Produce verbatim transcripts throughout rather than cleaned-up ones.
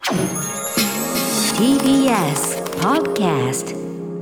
ティービーエス Podcast。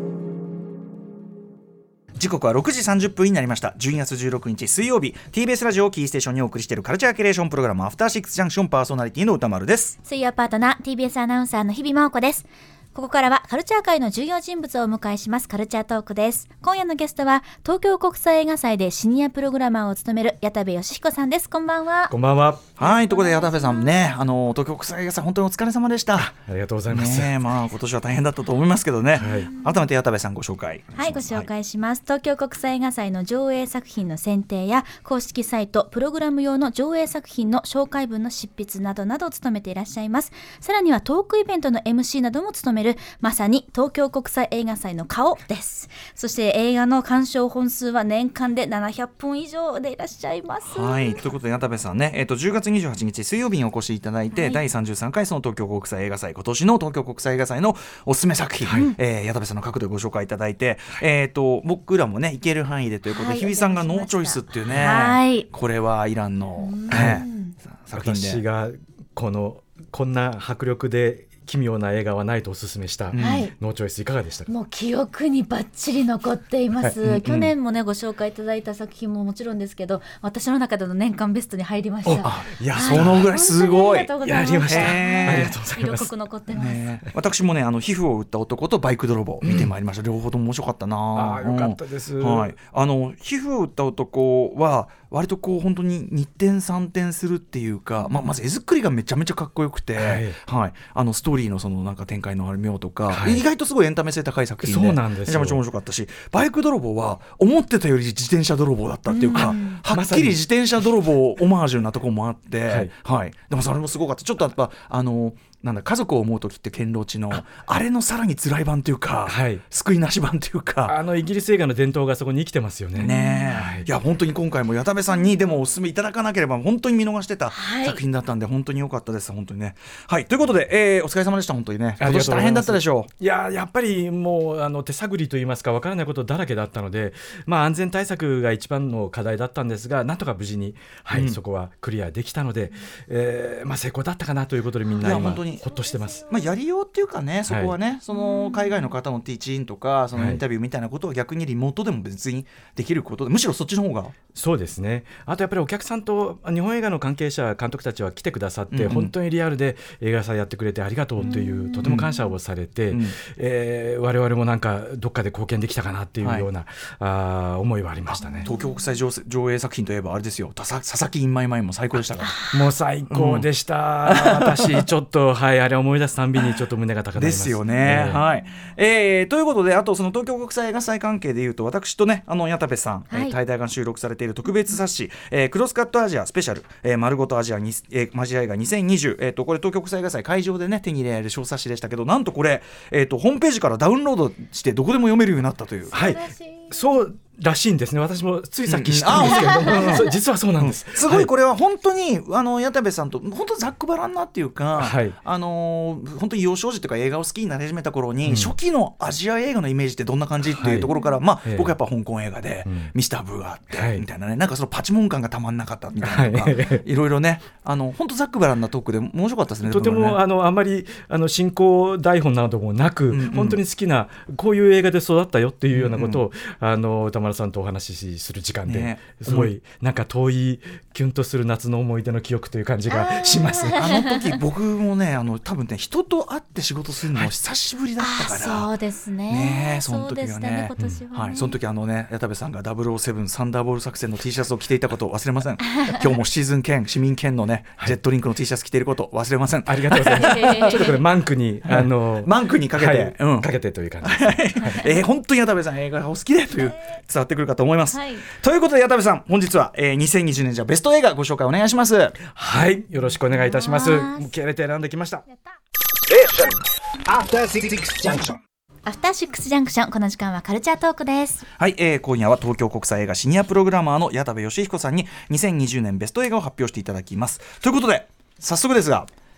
時刻はろくじさんじゅっぷんになりました。じゅうにがつじゅうろくにち水曜日、 ティービーエス ラジオをキーステーションにお送りしているカルチャーキュレーションプログラム、アフターシックスジャンクション、パーソナリティの歌丸です。 水曜パートナー ティービーエス アナウンサーの日々真央子です。ここからはカルチャー界の重要人物をお迎えしますカルチャートークです。今夜のゲストは東京国際映画祭でシニアプログラマーを務める矢田部義彦さんです。こんばんは。 こんばんは。 はい、ということで矢田部さんね、あの東京国際映画祭本当にお疲れ様でした。 ありがとうございます、 ね、まあ今年は大変だったと思いますけどね、はい、改めて矢田部さんご紹介はいご紹介します、はい、東京国際映画祭の上映作品の選定や公式サイトプログラム用の上映作品の紹介文の執筆などなどを務めていらっしゃいます。さらにはトークイベントの エムシー なども務めるまさに東京国際映画祭の顔です。そして映画の鑑賞本数は年間でななひゃっぽん以上でいらっしゃいます。 はい、ということで矢田部さんね、えー、とじゅうがつにじゅうはちにち水曜日にお越しいただいて、はい、だいさんじゅうさんかいその東京国際映画祭、今年の東京国際映画祭のおすすめ作品、はい、えー、矢田部さんの角度でご紹介いただいて、えー、と僕らもね行ける範囲でということで、はい、日比さんがノーチョイスっていうね、はい、これはイランの、ね、作品で私がこのこんな迫力で奇妙な映画はないとおすすめした、はい、ノーチョイスいかがでしたか？ もう記憶にバッチリ残っています、はい、去年もねご紹介いただいた作品ももちろんですけど、私の中での年間ベストに入りました。 いや、そのぐらいすごいやりました。ありがとうございます。 色濃く残ってます、ね、 私もねあの皮膚を売った男とバイク泥棒見てまいりました、うん、両方とも面白かったな。 あ、よかったです、 うん、はい、あの皮膚を売った男は割とこう本当ににてんさんてんするっていうか、まあ、まず絵作りがめちゃめちゃかっこよくて、はいはい、あのストーリーのそのなんか展開のある妙とか、はい、意外とすごいエンタメ性高い作品で、 そうなんですよ、 めちゃめちゃ面白かったし、バイク泥棒は思ってたより自転車泥棒だったっていうか、うん、はっきり自転車泥棒オマージュなところもあって、はいはい、でもそれもすごかった。ちょっとやっぱあのなんだ家族を思う時って堅牢地の あ, あれのさらに辛い版というか、はい、救いなし版というか、 あのイギリス映画の伝統がそこに生きてますよね。 ねえ、はい、いや本当に今回も矢田部さんにでもお勧めいただかなければ本当に見逃してた作品だったんで、はい、本当に良かったです本当にね。はい、ということで、えー、お疲れ様でした本当にね。今年大変だったでしょう。 いややっぱりもうあの手探りといいますか分からないことだらけだったので、まあ、安全対策が一番の課題だったんですが、なんとか無事に、はい、うん、そこはクリアできたので、えーまあ、成功だったかなということでみんな今ほっとしてます。 まあ、やりようっていうかね、そこはね、はい、その海外の方のティーチインとかそのインタビューみたいなことは逆にリモートでも別にできることで、むしろそっちの方が。 そうですね。あとやっぱりお客さんと日本映画の関係者監督たちは来てくださって、うんうん、本当にリアルで映画祭やってくれてありがとうという、うん、とても感謝をされて、うん、えー、我々もなんかどっかで貢献できたかなっていうような、はい、あ思いはありましたね。 東京国際 上, 上映作品といえばあれですよ、佐々木インマイマイも最高でしたから。 もう最高でした、うん、私ちょっと、はい、あれ思い出すたんびにちょっと胸が高鳴りますですよね、えーはい、えー、ということで、あとその東京国際映画祭関係でいうと、私とねあの矢田部さん、はい、えー、対談が収録されている特別冊子、えー、クロスカットアジアスペシャル、えー、丸ごとアジアに、えー、マジア映画にせんにじゅう、えー、とこれ東京国際映画祭会場でね手に入れられる小冊子でしたけど、なんとこれ、えー、とホームページからダウンロードしてどこでも読めるようになったという。 はい、そうらしいんですね。私もついさっき知ったんですけど、うんうん、実はそうなんです、 うん、すごいこれは本当に、はい、あの矢田部さんと本当ざっくばらんなっていうか、はい、あのー、本当に幼少時というか映画を好きになり始めた頃に、うん、初期のアジア映画のイメージってどんな感じっていうところから、はい、まあ、えー、僕はやっぱ香港映画で、うん、ミスターブーがあって、はい、みたいなね、なんかそのパチモン感がたまんなかったみたいなのが、はい、いろいろね、あの本当ざっくばらんなトークで面白かったですね。 とても、ね、あのあんまりあの進行台本などもなく、うんうん、本当に好きなこういう映画で育ったよっていうようなことを、うんうん、あの歌丸さんとお話しする時間で、ね、すごいなんか遠いキュンとする夏の思い出の記憶という感じがします。 あの時僕もねあの多分ね人と会って仕事するの久しぶりだったから、 はい、そうですね。 ね、その時はね、今年はね、はい、その時あのね矢田部さんがダブルオーセブンサンダーボール作戦の T シャツを着ていたことを忘れません。今日もシチズン兼市民兼のね、はい、ジェットリンクの T シャツ着ていることを忘れません。 ありがとうございます。ちょっとこれマンクにあのマンクにかけて、はい、うん、 かけてという感じです、ね。 えー、本当に矢田部さん映画がお好きでという伝わってくるかと思います。はい、ということで矢田部さん本日は、えー、にせんにじゅうねんじゃベスト映画ご紹介お願いします。 はい、よろしくお願いいたします。気合い入れて選んできました。 アフターシックスジャンクション。アフターシックスジャンクション、この時間はカルチャートークです。 はい、えー、今夜は東京国際映画シニアプログラマーの矢田部義彦さんににせんにじゅうねんベスト映画を発表していただきます。ということで早速ですが、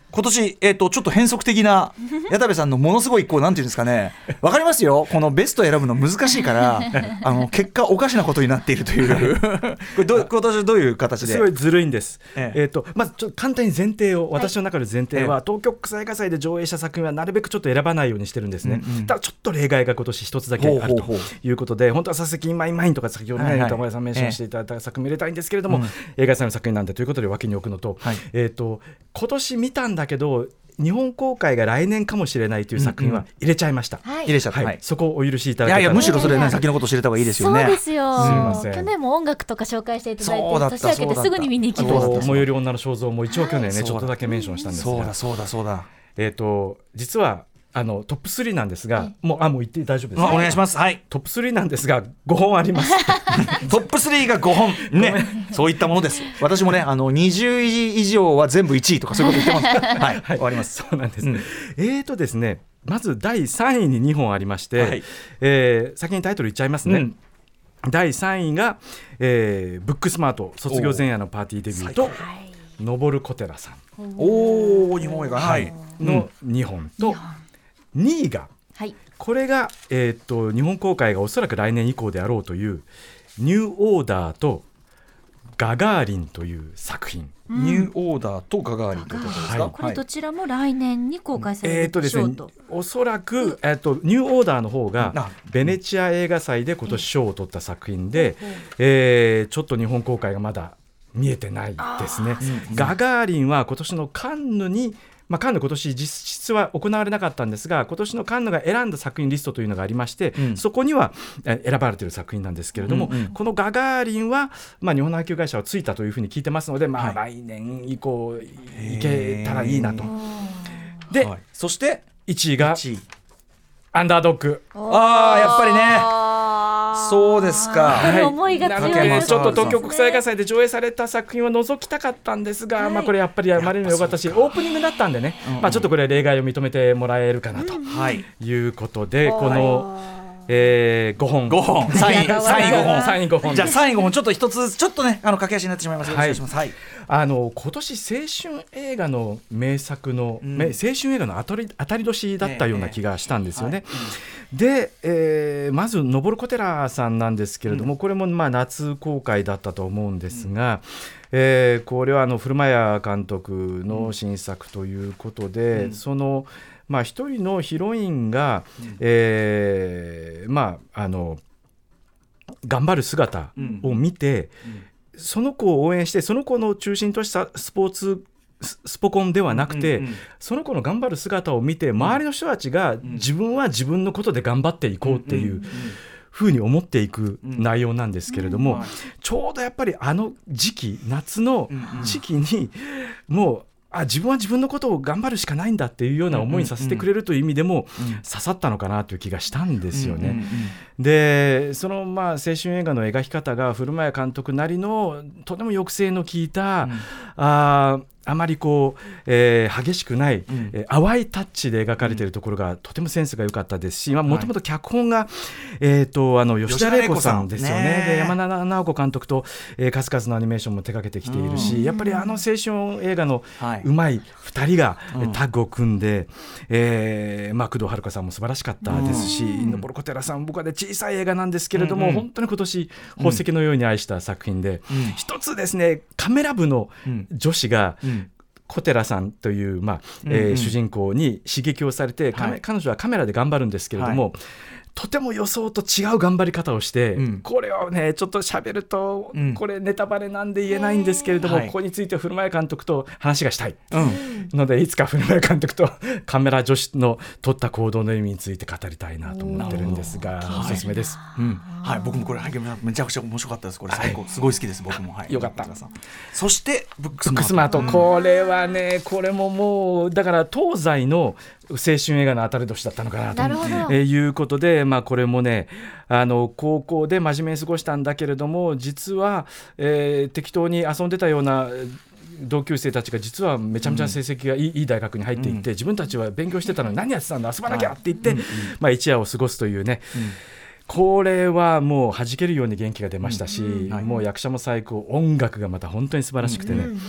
今年、えー、とちょっと変則的な矢田部さんのものすごいこうなんていうんですかね、わかりますよ、このベスト選ぶの難しいからあの結果おかしなことになっているというこれど今年どういう形ですごいずるいんです、 えええー、とまずちょっと簡単に前提を、私の中で前提は、 はい、 東京国際映画祭で上映した作品はなるべくちょっと選ばないようにしてるんですね、うんうん、ただちょっと例外が今年一つだけあるということで、本当は佐々木マイマインとか先ほどね、はいはい、玉井さんメンションしていただいた作品も入れたいんですけれども、ええ、映画祭の作品なんでということで脇に置くのと、はい、えー、と今年見たんだけど日本公開が来年かもしれないという作品は入れちゃいました、うんうん、 はい、入れちゃった、 はい、そこをお許しいただけたら。 いやいや、むしろそれ、ね、先のことを知れた方がいいですよね。 そうですよ、 すみません。 去年も音楽とか紹介していただいて、年明けてすぐに見に行きました。 最寄り女の肖像も一応去年ね、はい、ちょっとだけメンションしたんですが、 そうだそうだそうだ、 えーと、実はあのトップスリーなんですが、はい、もうあもう言って大丈夫ですか。 お願いします。はい、 トップスリーなんですがごほんありますトップスリーがごほんね、そういったものです。私もね、あのにじゅうい以上は全部いちいとかそういうこと言ってますはい、はい、終わります。 そうなんです、うん、えーとですねまずだいさんいににほんありまして、はい、えー、先にタイトル言っちゃいますね、うん、だいさんいが、えー、ブックスマート卒業前夜のパーティーデビューと、はい、登小寺さん、 おー、日本映画、 はい、のにほんと、にいが、はい、これが、えー、と日本公開がおそらく来年以降であろうというニューオーダーとガガーリンという作品、 うん、ニューオーダーとガガーリンということですか。 はい、これどちらも来年に公開されるでしょうと、 えーとですね、おそらく、えー、とニューオーダーの方がベネチア映画祭で今年賞を取った作品で、うん、えー、ちょっと日本公開がまだ見えてないですね、うん、ガガーリンは今年のカンヌに、まあ、カンヌ今年実質は行われなかったんですが、今年のカンヌが選んだ作品リストというのがありまして、うん、そこには選ばれている作品なんですけれども、うんうん、このガガーリンは、まあ、日本の配給会社はついたというふうに聞いてますので、まあ、来年以降いけたらいいなと。で、はい、そしていちいがアンダードッグ。 ああ、やっぱりね、そうですか、 はい、思いが強いです。 ちょっと東京国際映画祭で上映された作品を除きたかったんですが、はい、まあ、これやっぱりあまりにも良かったし、オープニングだったんでね、うんうん、まあ、ちょっとこれ例外を認めてもらえるかなということで、うん、この、えー、ごほんごほんさんいごほんさんいごほんじゃあさんいごほんちょっと一つちょっとね、あの駆け足になってしまいます。 はい、 します、はい、 あの今年青春映画の名作の、うん、青春映画の当たり、当たり年だったような気がしたんですよね、えーはい、で、えー、まず登小寺さんなんですけれども、うん、これもまあ夏公開だったと思うんですが、うん、えー、これはあの古間谷監督の新作ということで、うん、そのまあ、一人のヒロインが、うん、えーまあ、あの頑張る姿を見て、うんうん、その子を応援して、その子の中心としたスポーツスポコンではなくて、うんうんうん、その子の頑張る姿を見て、周りの人たちが自分は自分のことで頑張っていこうっていう、うんうんうん、ふうに思っていく内容なんですけれども、うんうん、ちょうどやっぱりあの時期、夏の時期にもうあ自分は自分のことを頑張るしかないんだっていうような思いにさせてくれるという意味でも刺さったのかなという気がしたんですよね、うんうんうん、でそのまあ青春映画の描き方が古間谷監督なりのとても抑制の効いた、うん、ああまりこう、えー、激しくない、うんえー、淡いタッチで描かれているところがとてもセンスが良かったですし、もともと脚本が、えー、とあの吉田玲子さんですよ ね, ねで山田直子監督と、えー、数々のアニメーションも手掛けてきているし、うん、やっぱりあの青春映画のうまいふたりが、はい、タッグを組んで、えーまあ、工藤遥さんも素晴らしかったですし、登小寺さん僕は、ね、小さい映画なんですけれども、うんうん、本当に今年宝石のように愛した作品で、うん、一つですねカメラ部の女子が、うん小寺さんという、まあえーうんうん、主人公に刺激をされて、はい、彼女はカメラで頑張るんですけれども、はい、とても予想と違う頑張り方をして、うん、これをねちょっと喋ると、うん、これネタバレなんで言えないんですけれども、はい、ここについては古間谷監督と話がしたい、うん、のでいつか古間谷監督とカメラ女子の取った行動の意味について語りたいなと思ってるんですが、おすすめです、はいうんはい、 僕もこれめちゃくちゃ面白かったです。これ最高、はい、すごい好きです僕も、はい、 よかった。 そしてブックスマート、 ブックスマート、うん、これはねこれももうだから東西の青春映画の当たり年だったのかなとえー、いうことで、まあ、これもねあの高校で真面目に過ごしたんだけれども実は、えー、適当に遊んでたような同級生たちが実はめちゃめちゃ成績がいい、うん、いい大学に入っていって、うん、自分たちは勉強してたのに何やってたんだ遊ばなきゃって言って、はいうんうんまあ、一夜を過ごすというね、うんこれはもう弾けるように元気が出ましたし、うんうんはい、もう役者も最高音楽がまた本当に素晴らしくてね、うんうん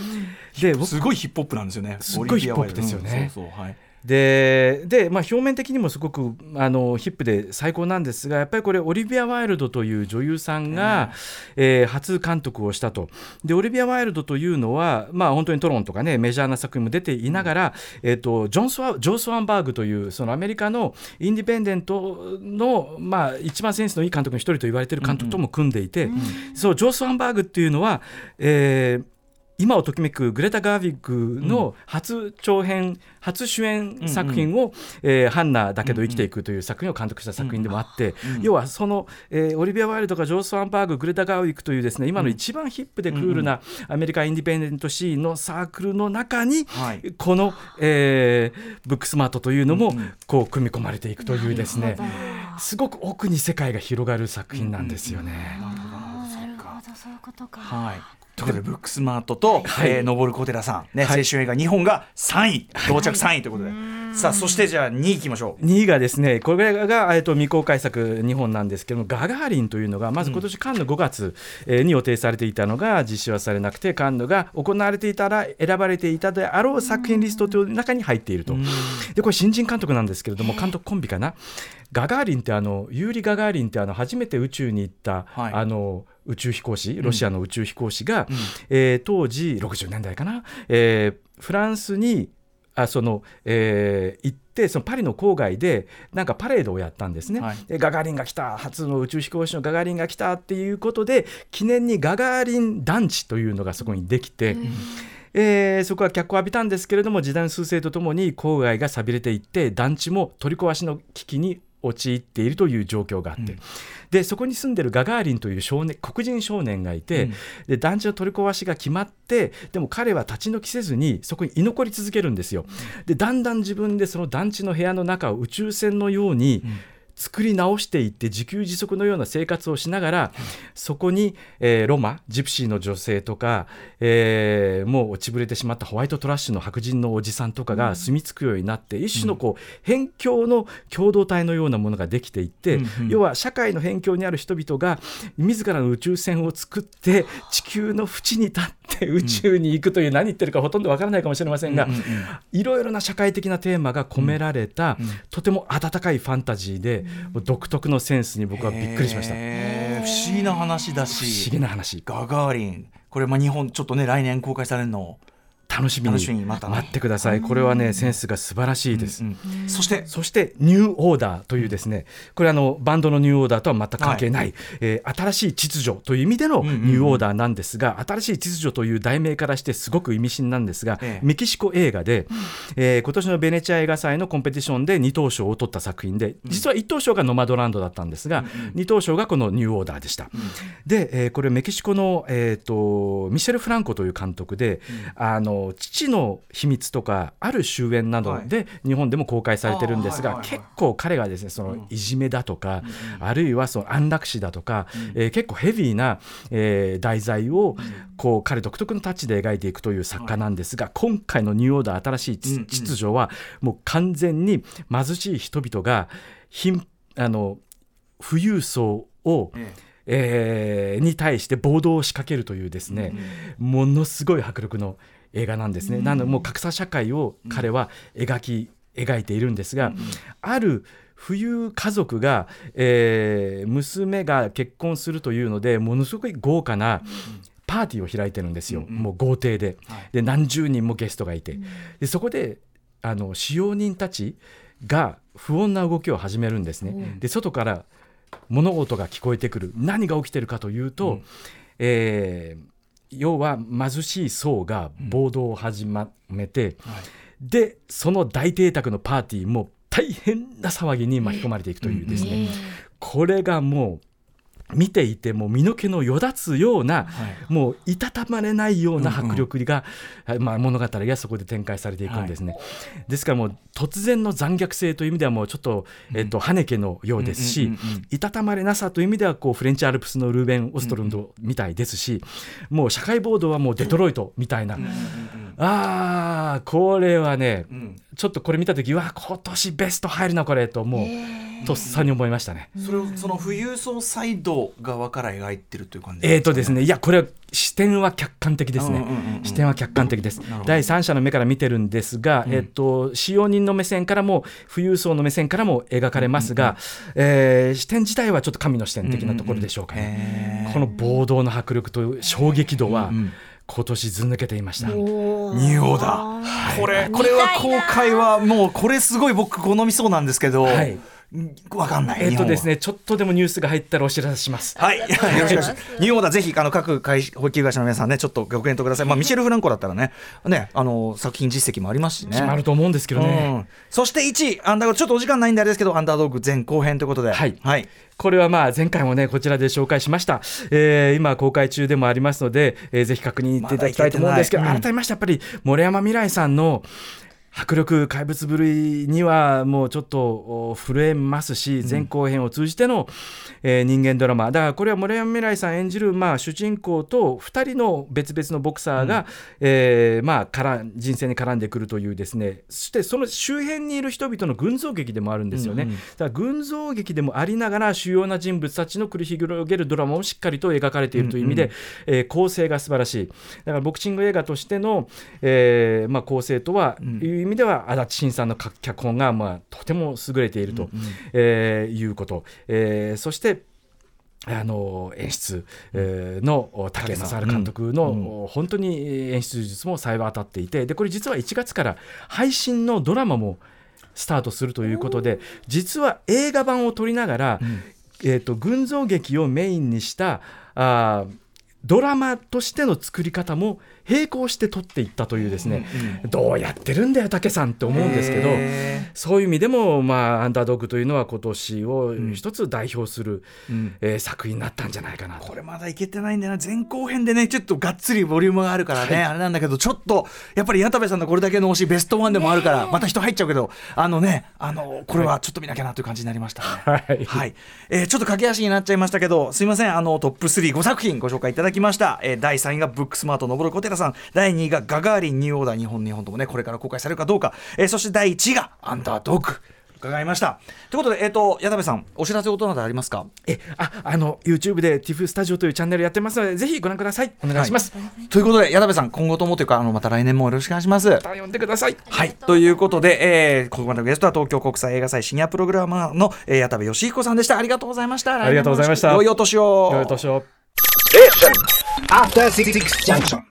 ですごいヒップホップなんですよね。 すごいヒップホップですよね。 そうそう、はい、 で, で、まあ、表面的にもすごくあのヒップで最高なんですが、やっぱりこれオリビア・ワイルドという女優さんが、えー、初監督をしたと。でオリビア・ワイルドというのは、まあ、本当にトロンとかねメジャーな作品も出ていながら、えー、とジョンスワジョー・スワンバーグというそのアメリカのインディペンデントの、まあ、一番センスのいい監督の一人と言われている監督とも組んでいて、うんうん、そうジョー・スワンバーグっていうのは、えー今をときめくグレタ・ガーヴィックの初長編、うん、初主演作品を、うんうんえー、ハンナだけど生きていくという作品を監督した作品でもあって、うんうん、要はその、えー、オリビア・ワイルドとかジョー・スワンバーグ、グレタ・ガーヴィックというですね今の一番ヒップでクールなアメリカインディペンデントシーンのサークルの中に、うん、この、えー、ブックスマートというのもこう組み込まれていくというですね、すごく奥に世界が広がる作品なんですよね。 なるほど、そういうことか。 はい、ということでブックスマートと、はいえー、ノボル・コテラさん、ねはい、青春映画にほんがさんい同着さんいということで、はい、さあそしてじゃあにいいきましょう。 にいがですねこれが、えー、と未公開作にほんなんですけども、ガガーリンというのがまず今年カンヌごがつ、うんえー、に予定されていたのが実施はされなくて、カンヌが行われていたら選ばれていたであろう作品リストという中に入っていると。でこれ新人監督なんですけれども、監督コンビかな。ガガーリンってあのユーリ・ガガーリンってあの初めて宇宙に行った、はい、あの宇宙飛行士、ロシアの宇宙飛行士が、うんえー、当時ろくじゅうねんだいかな、えー、フランスにあその、えー、行ってそのパリの郊外でなんかパレードをやったんですね、はい、でガガーリンが来た、初の宇宙飛行士のガガーリンが来たっていうことで記念にガガーリン団地というのがそこにできて、うんえー、そこは脚光を浴びたんですけれども、時代の趨勢とともに郊外が寂れていって団地も取り壊しの危機に陥っているという状況があって、うん、でそこに住んでるガガーリンという少年黒人少年がいて、うん、で団地の取り壊しが決まって、でも彼は立ち退きせずにそこに居残り続けるんですよ。でだんだん自分でその団地の部屋の中を宇宙船のように、うん作り直していって自給自足のような生活をしながら、そこに、えー、ロマジプシーの女性とか、えー、もう落ちぶれてしまったホワイトトラッシュの白人のおじさんとかが住み着くようになって、うん、一種のこう辺境の共同体のようなものができていって、うんうん、要は社会の辺境にある人々が自らの宇宙船を作って地球の縁に立って宇宙に行くという、うん、何言ってるかほとんどわからないかもしれませんが、うんうんうん、いろいろな社会的なテーマが込められた、うんうん、とても温かいファンタジーで独特のセンスに僕はびっくりしました。 不思議な話だし、 不思議な話。 ガガーリン、これまあ日本ちょっとね来年公開されるの楽しみに待ってください。これはねセンスが素晴らしいです、うんうん、そしてそしてニューオーダーというですね、これあのバンドのニューオーダーとは全く関係ない、はいえー、新しい秩序という意味でのニューオーダーなんですが、うんうんうん、新しい秩序という題名からしてすごく意味深なんですが、ええ、メキシコ映画で、えー、今年のベネチア映画祭のコンペティションでに等賞を取った作品で、実は一等賞がノマドランドだったんですが、うんうん、に等賞がこのニューオーダーでした、うん、で、えー、これメキシコの、えー、とミシェル・フランコという監督で、うん、あの父の秘密とかある終焉などで日本でも公開されてるんですが、はい、結構彼がですねそのいじめだとか、うん、あるいはその安楽死だとか、うんえー、結構ヘビーな、えー、題材をこう彼独特のタッチで描いていくという作家なんですが、今回のニューオーダー新しい秩序はもう完全に貧しい人々が貧あの富裕層を、えええー、に対して暴動を仕掛けるというですね、うん、ものすごい迫力の映画なんですね、うん、なのでもう格差社会を彼は描き、うん、描いているんですが、うん、ある富裕家族が、えー、娘が結婚するというのでものすごい豪華なパーティーを開いてるんですよ、うん、もう豪邸 で,、はい、で何十人もゲストがいて、でそこであの使用人たちが不穏な動きを始めるんですね、うん、で外から物音が聞こえてくる。何が起きてるかというと、うんえー要は貧しい層が暴動を始めて、うんはい、でその大邸宅のパーティーも大変な騒ぎに巻き込まれていくというですね、うんうん、これがもう見ていても身の毛のよだつような、はい、もういたたまれないような迫力が、うんうんまあ、物語がそこで展開されていくんですね、はい、ですからもう突然の残虐性という意味ではもうちょっと、うんえっと、ハネケのようですし、うんうんうんうん、いたたまれなさという意味ではこうフレンチアルプスのルーベン・オストロンドみたいですし、うんうん、もう社会暴動はもうデトロイトみたいな、うんうんうんああこれはね、うん、ちょっとこれ見た時は今年ベスト入るなこれともうとっさに思いましたね。 それをその富裕層サイド側から描いてるという感じですか、 ね、えーとですねいやこれは視点は客観的ですね、うんうんうんうん、視点は客観的です。第三者の目から見てるんですが、うんえー、と使用人の目線からも富裕層の目線からも描かれますが、うんうんうんえー、視点自体はちょっと神の視点的なところでしょうかね、うんうん、この暴動の迫力と衝撃度は、うんうん今年ず抜けていました。 仁王だ、はい、これこれは公開はもうこれすごい僕好みそうなんですけど、はい、わかんない。 えっとですねちょっとでもニュースが入ったらお知らせします。 はいよろしくお願いします。仁王だぜひあの各会保険会社の皆さんねちょっとご検討ください。まあミシェル・フランコだったらねねあの作品実績もありますしね決まると思うんですけどね、うん、 そしていちいアンダードッグちょっとお時間ないんであれですけどアンダードッグ前後編ということで、はい、はいこれはまあ前回もねこちらで紹介しました、えー、今公開中でもありますので、えー、ぜひ確認していただきたいと思うんですけど、まうん、改めましてやっぱり森山未來さんの迫力怪物ぶりにはもうちょっと震えますし前後編を通じての、えー、人間ドラマだからこれは森山未來さん演じる、まあ、主人公とふたりの別々のボクサーが、うんえーまあ、から人生に絡んでくるというですねそしてその周辺にいる人々の群像劇でもあるんですよね、うんうん、だから群像劇でもありながら主要な人物たちの繰り広げるドラマをしっかりと描かれているという意味で、うんうんえー、構成が素晴らしい。だからボクシング映画としての、えーまあ、構成とは、うんいう意味では足立慎さんの脚本が、まあ、とても優れていると、うんうんえー、いうこと、えー、そしてあの演出、えー、の武正治監督の、うん、本当に演出術もさえ渡っていてでこれ実はいちがつから配信のドラマもスタートするということで実は映画版を撮りながら、うんえーと、群像劇をメインにしたあドラマとしての作り方も並行して撮っていったというですね、うんうん、どうやってるんだよ武さんって思うんですけどそういう意味でも、まあ、アンダードッグというのは今年を一つ代表する、うんえー、作品になったんじゃないかなと。 これまだいけてないんだよな前後編でねちょっとがっつりボリュームがあるからね、はい、あれなんだけどちょっとやっぱり矢田部さんのこれだけの推しベストワンでもあるからまた人入っちゃうけどあのねあのこれはちょっと見なきゃなという感じになりましたね、はいはいえー、ちょっと駆け足になっちゃいましたけどすいませんあのトップスリーごさく品ご紹介いただきました、えー、だいさんいがブックスマート登る小寺さんだいにいがガガーリンニューオーダー日本日本ともねこれから公開されるかどうか、えー、そしてだいいちいがアンダードッグ伺いましたということで、えーと、矢田部さんお知らせことなどありますか。 えああの YouTube で ティフ スタジオというチャンネルやってますのでぜひご覧くださいお願いします、はい、 ということで矢田部さん今後ともというかあのまた来年もよろしくお願いします。また呼んでください。 はいということで、えー、ここまでのゲストは東京国際映画祭シニアプログラマーの、えー、矢田部義彦さんでした。ありがとうございました。 ありがとうございました。 良いお年を。 良いお年を。 After Six Junction